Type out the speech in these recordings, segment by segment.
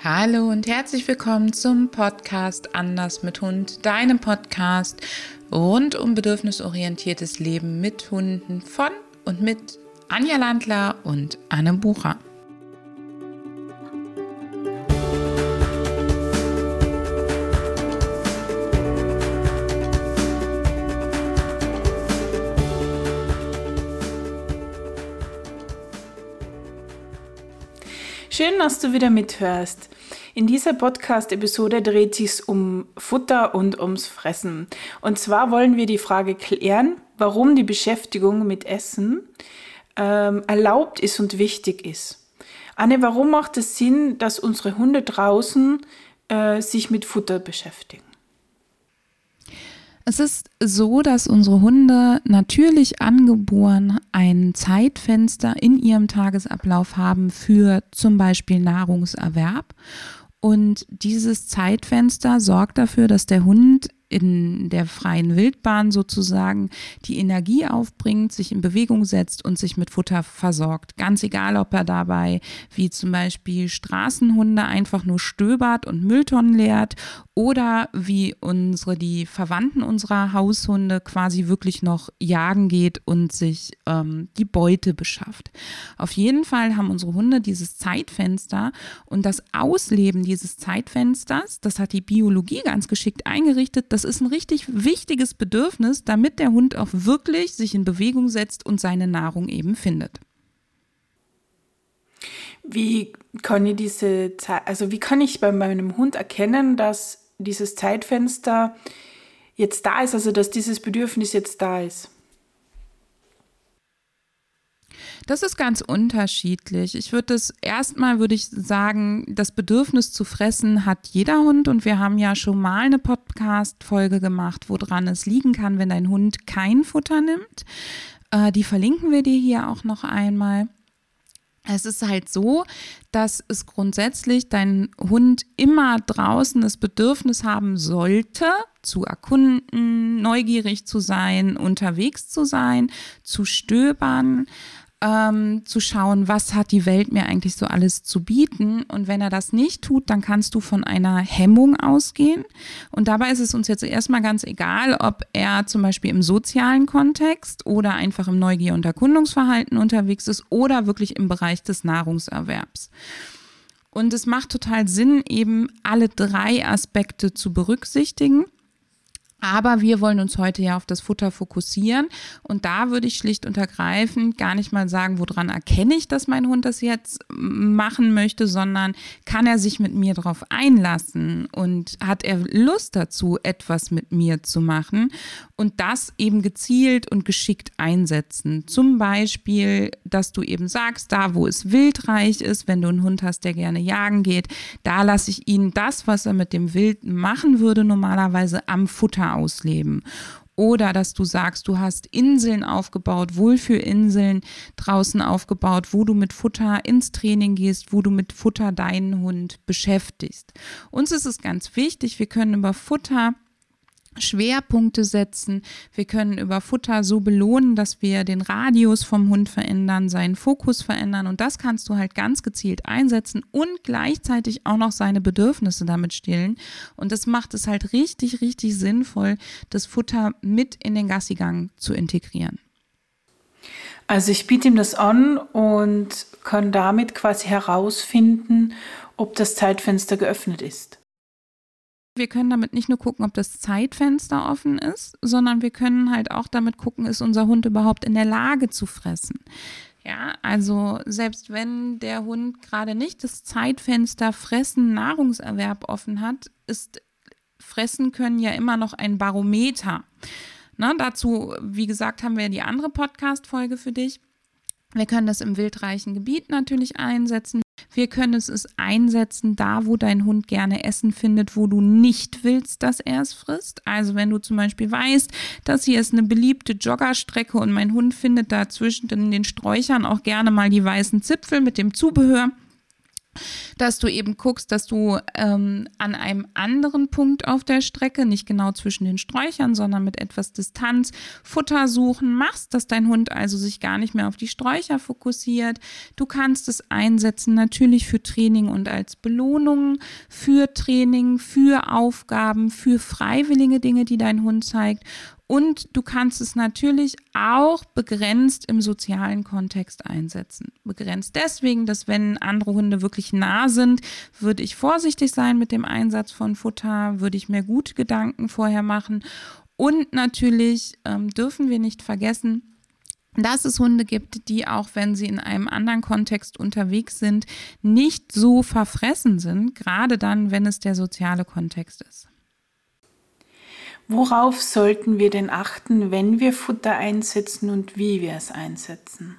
Hallo und herzlich willkommen zum Podcast Anders mit Hund, deinem Podcast rund um bedürfnisorientiertes Leben mit Hunden von und mit Anja Landler und Anne Bucher. Schön, dass du wieder mithörst. In dieser Podcast-Episode dreht es sich um Futter und ums Fressen. Und zwar wollen wir die Frage klären, warum die Beschäftigung mit Essen erlaubt ist und wichtig ist. Anne, warum macht es Sinn, dass unsere Hunde draußen sich mit Futter beschäftigen? Es ist so, dass unsere Hunde natürlich angeboren ein Zeitfenster in ihrem Tagesablauf haben für zum Beispiel Nahrungserwerb. Und dieses Zeitfenster sorgt dafür, dass der Hund in der freien Wildbahn sozusagen die Energie aufbringt, sich in Bewegung setzt und sich mit Futter versorgt. Ganz egal, ob er dabei wie zum Beispiel Straßenhunde einfach nur stöbert und Mülltonnen leert oder wie die Verwandten unserer Haushunde quasi wirklich noch jagen geht und sich die Beute beschafft. Auf jeden Fall haben unsere Hunde dieses Zeitfenster und das Ausleben dieses Zeitfensters, das hat die Biologie ganz geschickt eingerichtet. Das ist ein richtig wichtiges Bedürfnis, damit der Hund auch wirklich sich in Bewegung setzt und seine Nahrung eben findet. Wie kann ich bei meinem Hund erkennen, dass dieses Zeitfenster jetzt da ist, also dass dieses Bedürfnis jetzt da ist? Das ist ganz unterschiedlich. Würde ich sagen, das Bedürfnis zu fressen hat jeder Hund und wir haben ja schon mal eine Podcast-Folge gemacht, woran es liegen kann, wenn dein Hund kein Futter nimmt. Die verlinken wir dir hier auch noch einmal. Es ist halt so, dass es grundsätzlich dein Hund immer draußen das Bedürfnis haben sollte, zu erkunden, neugierig zu sein, unterwegs zu sein, zu stöbern, zu schauen, was hat die Welt mir eigentlich so alles zu bieten. Und wenn er das nicht tut, dann kannst du von einer Hemmung ausgehen. Und dabei ist es uns jetzt erstmal ganz egal, ob er zum Beispiel im sozialen Kontext oder einfach im Neugier- und Erkundungsverhalten unterwegs ist oder wirklich im Bereich des Nahrungserwerbs. Und es macht total Sinn, eben alle drei Aspekte zu berücksichtigen. Aber wir wollen uns heute ja auf das Futter fokussieren und da würde ich schlicht und ergreifend gar nicht mal sagen, woran erkenne ich, dass mein Hund das jetzt machen möchte, sondern kann er sich mit mir darauf einlassen und hat er Lust dazu, etwas mit mir zu machen und das eben gezielt und geschickt einsetzen. Zum Beispiel, dass du eben sagst, da wo es wildreich ist, wenn du einen Hund hast, der gerne jagen geht, da lasse ich ihn das, was er mit dem Wild machen würde, normalerweise am Futter ausleben. Oder dass du sagst, du hast Inseln aufgebaut, Wohlfühlinseln draußen aufgebaut, wo du mit Futter ins Training gehst, wo du mit Futter deinen Hund beschäftigst. Uns ist es ganz wichtig, wir können über Futter Schwerpunkte setzen. Wir können über Futter so belohnen, dass wir den Radius vom Hund verändern, seinen Fokus verändern und das kannst du halt ganz gezielt einsetzen und gleichzeitig auch noch seine Bedürfnisse damit stillen und das macht es halt richtig, richtig sinnvoll, das Futter mit in den Gassigang zu integrieren. Also ich biete ihm das an und kann damit quasi herausfinden, ob das Zeitfenster geöffnet ist. Wir können damit nicht nur gucken, ob das Zeitfenster offen ist, sondern wir können halt auch damit gucken, ist unser Hund überhaupt in der Lage zu fressen. Ja, also selbst wenn der Hund gerade nicht das Zeitfenster Fressen, Nahrungserwerb offen hat, ist Fressen können ja immer noch ein Barometer. Dazu, wie gesagt, haben wir die andere Podcast-Folge für dich. Wir können das im wildreichen Gebiet natürlich einsetzen. Wir können es einsetzen, da wo dein Hund gerne Essen findet, wo du nicht willst, dass er es frisst. Also wenn du zum Beispiel weißt, das hier ist eine beliebte Joggerstrecke und mein Hund findet da zwischen den Sträuchern auch gerne mal die weißen Zipfel mit dem Zubehör, dass du eben guckst, dass du an einem anderen Punkt auf der Strecke, nicht genau zwischen den Sträuchern, sondern mit etwas Distanz Futter suchen machst, dass dein Hund also sich gar nicht mehr auf die Sträucher fokussiert. Du kannst es einsetzen natürlich für Training und als Belohnung, für Training, für Aufgaben, für freiwillige Dinge, die dein Hund zeigt. Und du kannst es natürlich auch begrenzt im sozialen Kontext einsetzen. Begrenzt deswegen, dass wenn andere Hunde wirklich nah sind, würde ich vorsichtig sein mit dem Einsatz von Futter, würde ich mir gute Gedanken vorher machen. Und natürlich dürfen wir nicht vergessen, dass es Hunde gibt, die auch wenn sie in einem anderen Kontext unterwegs sind, nicht so verfressen sind, gerade dann, wenn es der soziale Kontext ist. Worauf sollten wir denn achten, wenn wir Futter einsetzen und wie wir es einsetzen?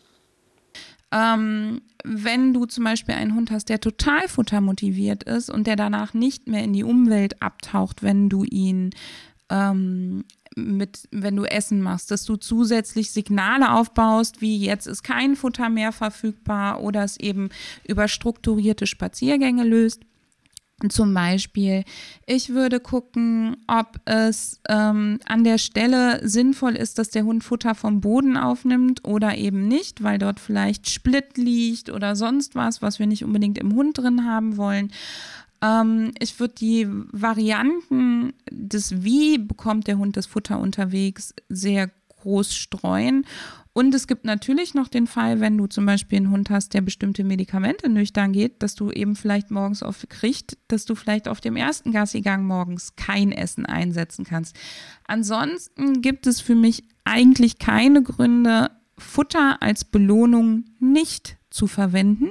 Wenn du zum Beispiel einen Hund hast, der total futtermotiviert ist und der danach nicht mehr in die Umwelt abtaucht, wenn du ihn wenn du Essen machst, dass du zusätzlich Signale aufbaust, wie jetzt ist kein Futter mehr verfügbar oder es eben über strukturierte Spaziergänge löst. Zum Beispiel, ich würde gucken, ob es an der Stelle sinnvoll ist, dass der Hund Futter vom Boden aufnimmt oder eben nicht, weil dort vielleicht Split liegt oder sonst was wir nicht unbedingt im Hund drin haben wollen. Ich würde die Varianten des Wie bekommt der Hund das Futter unterwegs sehr groß streuen. Und es gibt natürlich noch den Fall, wenn du zum Beispiel einen Hund hast, der bestimmte Medikamente nüchtern geht, dass du eben vielleicht morgens dass du vielleicht auf dem ersten Gassigang morgens kein Essen einsetzen kannst. Ansonsten gibt es für mich eigentlich keine Gründe, Futter als Belohnung nicht zu verwenden.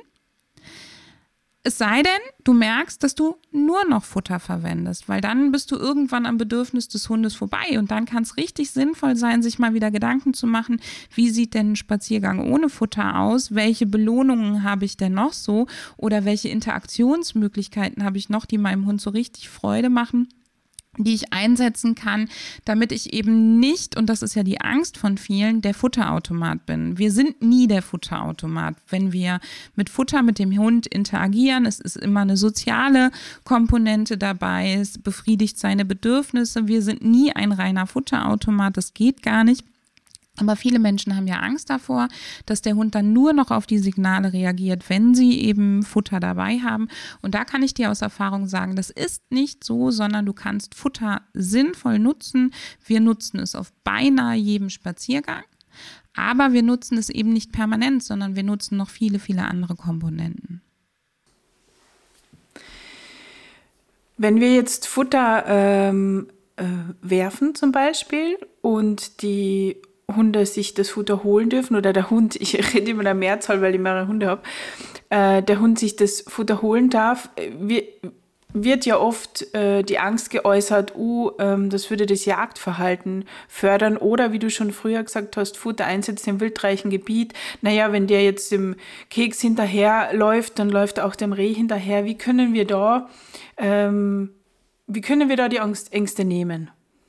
Es sei denn, du merkst, dass du nur noch Futter verwendest, weil dann bist du irgendwann am Bedürfnis des Hundes vorbei und dann kann es richtig sinnvoll sein, sich mal wieder Gedanken zu machen, wie sieht denn ein Spaziergang ohne Futter aus, welche Belohnungen habe ich denn noch so oder welche Interaktionsmöglichkeiten habe ich noch, die meinem Hund so richtig Freude machen, die ich einsetzen kann, damit ich eben nicht, und das ist ja die Angst von vielen, der Futterautomat bin. Wir sind nie der Futterautomat. Wenn wir mit Futter mit dem Hund interagieren, es ist immer eine soziale Komponente dabei, es befriedigt seine Bedürfnisse. Wir sind nie ein reiner Futterautomat, das geht gar nicht. Aber viele Menschen haben ja Angst davor, dass der Hund dann nur noch auf die Signale reagiert, wenn sie eben Futter dabei haben. Und da kann ich dir aus Erfahrung sagen, das ist nicht so, sondern du kannst Futter sinnvoll nutzen. Wir nutzen es auf beinahe jedem Spaziergang, aber wir nutzen es eben nicht permanent, sondern wir nutzen noch viele, viele andere Komponenten. Wenn wir jetzt Futter werfen zum Beispiel und die Hunde sich das Futter holen dürfen oder der Hund, ich rede immer in der Mehrzahl, weil ich mehrere Hunde habe, der Hund sich das Futter holen darf, wird ja oft die Angst geäußert, das würde das Jagdverhalten fördern oder wie du schon früher gesagt hast, Futter einsetzen im wildreichen Gebiet. Naja, wenn der jetzt dem Keks hinterher läuft, dann läuft er auch dem Reh hinterher. Wie können wir da die Ängste nehmen?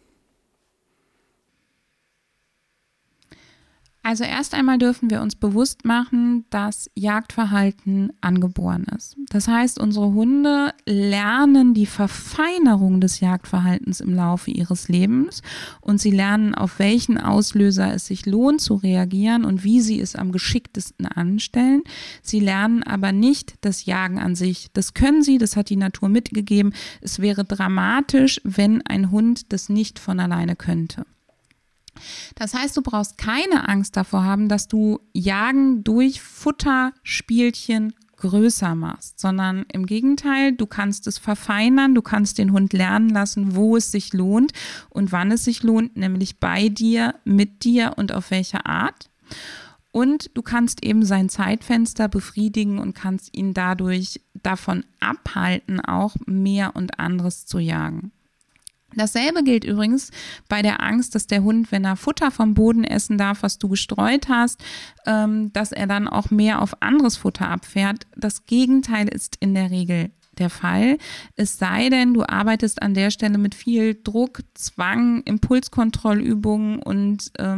Also erst einmal dürfen wir uns bewusst machen, dass Jagdverhalten angeboren ist. Das heißt, unsere Hunde lernen die Verfeinerung des Jagdverhaltens im Laufe ihres Lebens und sie lernen, auf welchen Auslöser es sich lohnt zu reagieren und wie sie es am geschicktesten anstellen. Sie lernen aber nicht das Jagen an sich. Das können sie, das hat die Natur mitgegeben. Es wäre dramatisch, wenn ein Hund das nicht von alleine könnte. Das heißt, du brauchst keine Angst davor haben, dass du Jagen durch Futterspielchen größer machst, sondern im Gegenteil, du kannst es verfeinern, du kannst den Hund lernen lassen, wo es sich lohnt und wann es sich lohnt, nämlich bei dir, mit dir und auf welche Art. Und du kannst eben sein Zeitfenster befriedigen und kannst ihn dadurch davon abhalten, auch mehr und anderes zu jagen. Dasselbe gilt übrigens bei der Angst, dass der Hund, wenn er Futter vom Boden essen darf, was du gestreut hast, dass er dann auch mehr auf anderes Futter abfährt. Das Gegenteil ist in der Regel der Fall. Es sei denn, du arbeitest an der Stelle mit viel Druck, Zwang, Impulskontrollübungen und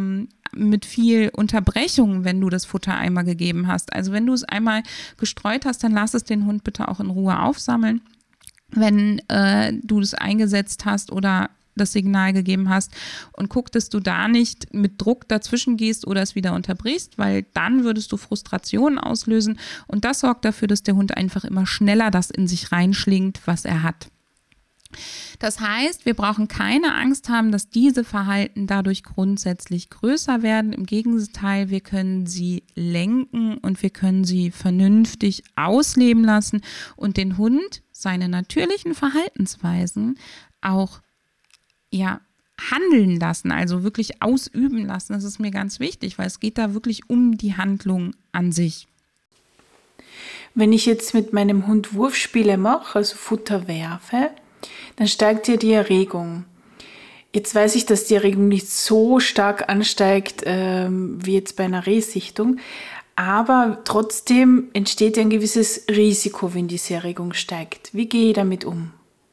mit viel Unterbrechung, wenn du das Futter einmal gegeben hast. Also wenn du es einmal gestreut hast, dann lass es den Hund bitte auch in Ruhe aufsammeln. Wenn du es eingesetzt hast oder das Signal gegeben hast und guck, dass du da nicht mit Druck dazwischen gehst oder es wieder unterbrichst, weil dann würdest du Frustrationen auslösen und das sorgt dafür, dass der Hund einfach immer schneller das in sich reinschlingt, was er hat. Das heißt, wir brauchen keine Angst haben, dass diese Verhalten dadurch grundsätzlich größer werden. Im Gegenteil, wir können sie lenken und wir können sie vernünftig ausleben lassen und den Hund seine natürlichen Verhaltensweisen auch handeln lassen, also wirklich ausüben lassen. Das ist mir ganz wichtig, weil es geht da wirklich um die Handlung an sich. Wenn ich jetzt mit meinem Hund Wurfspiele mache, also Futter werfe, dann steigt ja die Erregung. Jetzt weiß ich, dass die Erregung nicht so stark ansteigt wie jetzt bei einer Rehsichtung, aber trotzdem entsteht ja ein gewisses Risiko, wenn diese Erregung steigt. Wie gehe ich damit um?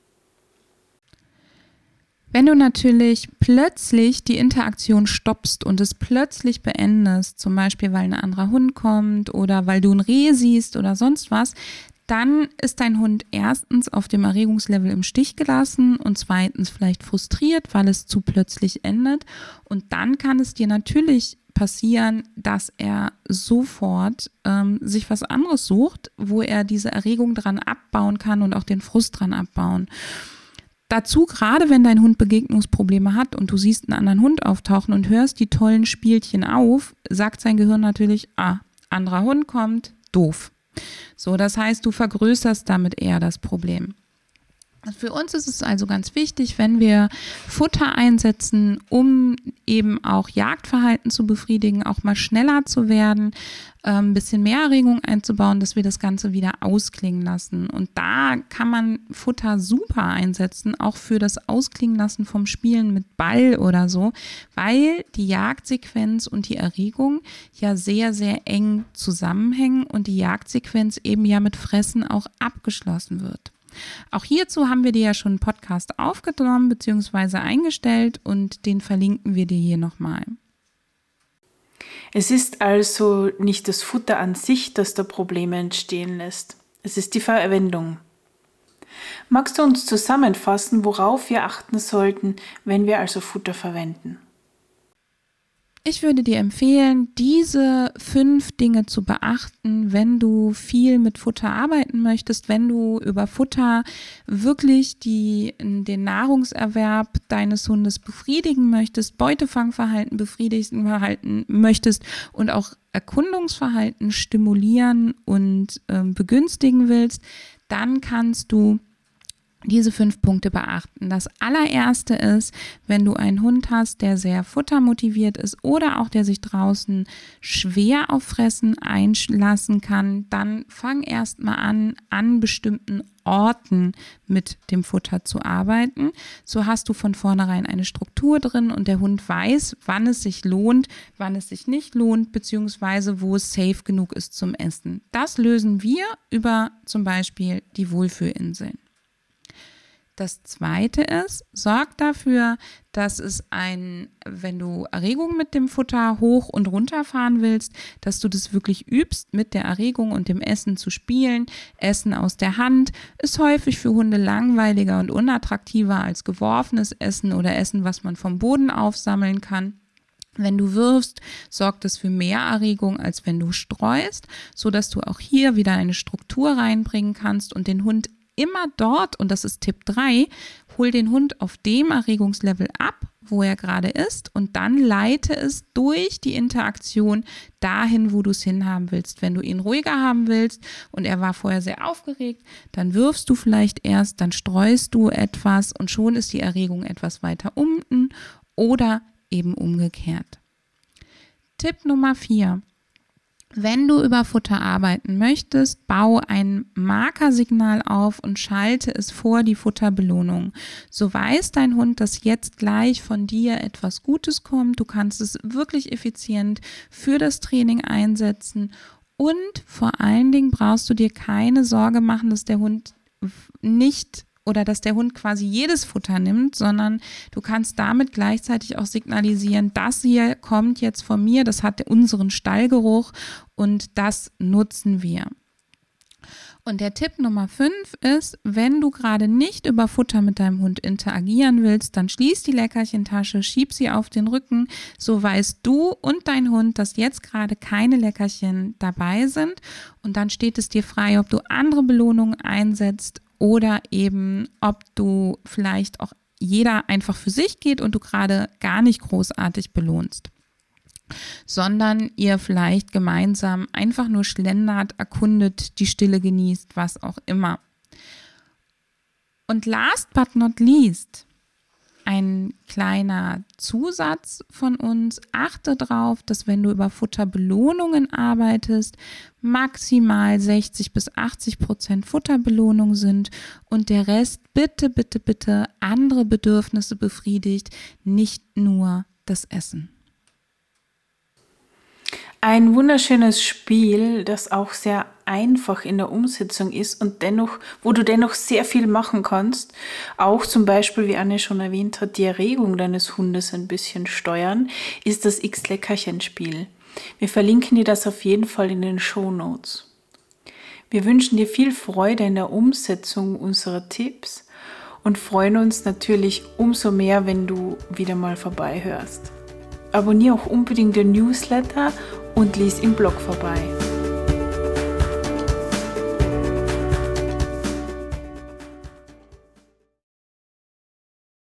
Wenn du natürlich plötzlich die Interaktion stoppst und es plötzlich beendest, zum Beispiel weil ein anderer Hund kommt oder weil du ein Reh siehst oder sonst was, dann ist dein Hund erstens auf dem Erregungslevel im Stich gelassen und zweitens vielleicht frustriert, weil es zu plötzlich endet. Und dann kann es dir natürlich passieren, dass er sofort sich was anderes sucht, wo er diese Erregung dran abbauen kann und auch den Frust dran abbauen. Dazu, gerade wenn dein Hund Begegnungsprobleme hat und du siehst einen anderen Hund auftauchen und hörst die tollen Spielchen auf, sagt sein Gehirn natürlich, anderer Hund kommt, doof. So, das heißt, du vergrößerst damit eher das Problem. Für uns ist es also ganz wichtig, wenn wir Futter einsetzen, um eben auch Jagdverhalten zu befriedigen, auch mal schneller zu werden, ein bisschen mehr Erregung einzubauen, dass wir das Ganze wieder ausklingen lassen. Und da kann man Futter super einsetzen, auch für das Ausklingen lassen vom Spielen mit Ball oder so, weil die Jagdsequenz und die Erregung ja sehr, sehr eng zusammenhängen und die Jagdsequenz eben ja mit Fressen auch abgeschlossen wird. Auch hierzu haben wir dir ja schon einen Podcast aufgenommen bzw. eingestellt und den verlinken wir dir hier nochmal. Es ist also nicht das Futter an sich, das da Probleme entstehen lässt. Es ist die Verwendung. Magst du uns zusammenfassen, worauf wir achten sollten, wenn wir also Futter verwenden? Ich würde dir empfehlen, diese 5 Dinge zu beachten, wenn du viel mit Futter arbeiten möchtest, wenn du über Futter wirklich den Nahrungserwerb deines Hundes befriedigen möchtest, Beutefangverhalten befriedigen möchtest und auch Erkundungsverhalten stimulieren und begünstigen willst, dann kannst du diese 5 Punkte beachten. Das allererste ist, wenn du einen Hund hast, der sehr futtermotiviert ist oder auch der sich draußen schwer auf Fressen einlassen kann, dann fang erstmal an bestimmten Orten mit dem Futter zu arbeiten. So hast du von vornherein eine Struktur drin und der Hund weiß, wann es sich lohnt, wann es sich nicht lohnt, beziehungsweise wo es safe genug ist zum Essen. Das lösen wir über zum Beispiel die Wohlfühlinseln. Das zweite ist, sorg dafür, dass wenn du Erregung mit dem Futter hoch und runter fahren willst, dass du das wirklich übst, mit der Erregung und dem Essen zu spielen. Essen aus der Hand ist häufig für Hunde langweiliger und unattraktiver als geworfenes Essen oder Essen, was man vom Boden aufsammeln kann. Wenn du wirfst, sorgt es für mehr Erregung, als wenn du streust, sodass du auch hier wieder eine Struktur reinbringen kannst und den Hund immer dort, und das ist Tipp 3, hol den Hund auf dem Erregungslevel ab, wo er gerade ist und dann leite es durch die Interaktion dahin, wo du es hinhaben willst. Wenn du ihn ruhiger haben willst und er war vorher sehr aufgeregt, dann wirfst du vielleicht erst, dann streust du etwas und schon ist die Erregung etwas weiter unten oder eben umgekehrt. Tipp Nummer 4. Wenn du über Futter arbeiten möchtest, baue ein Markersignal auf und schalte es vor die Futterbelohnung. So weiß dein Hund, dass jetzt gleich von dir etwas Gutes kommt. Du kannst es wirklich effizient für das Training einsetzen und vor allen Dingen brauchst du dir keine Sorge machen, dass der Hund nicht oder dass der Hund quasi jedes Futter nimmt, sondern du kannst damit gleichzeitig auch signalisieren, das hier kommt jetzt von mir, das hat unseren Stallgeruch und das nutzen wir. Und der Tipp Nummer 5 ist, wenn du gerade nicht über Futter mit deinem Hund interagieren willst, dann schließ die Leckerchentasche, schieb sie auf den Rücken, so weißt du und dein Hund, dass jetzt gerade keine Leckerchen dabei sind und dann steht es dir frei, ob du andere Belohnungen einsetzt oder eben, ob du vielleicht auch jeder einfach für sich geht und du gerade gar nicht großartig belohnst, sondern ihr vielleicht gemeinsam einfach nur schlendert, erkundet, die Stille genießt, was auch immer. Und last but not least, ein kleiner Zusatz von uns, achte darauf, dass wenn du über Futterbelohnungen arbeitest, maximal 60-80% Futterbelohnung sind und der Rest bitte andere Bedürfnisse befriedigt, nicht nur das Essen. Ein wunderschönes Spiel, das auch sehr einfach in der Umsetzung ist und dennoch, wo du dennoch sehr viel machen kannst. Auch zum Beispiel, wie Anne schon erwähnt hat, die Erregung deines Hundes ein bisschen steuern, ist das X-Leckerchen-Spiel. Wir verlinken dir das auf jeden Fall in den Shownotes. Wir wünschen dir viel Freude in der Umsetzung unserer Tipps und freuen uns natürlich umso mehr, wenn du wieder mal vorbeihörst. Abonniere auch unbedingt den Newsletter und lies im Blog vorbei.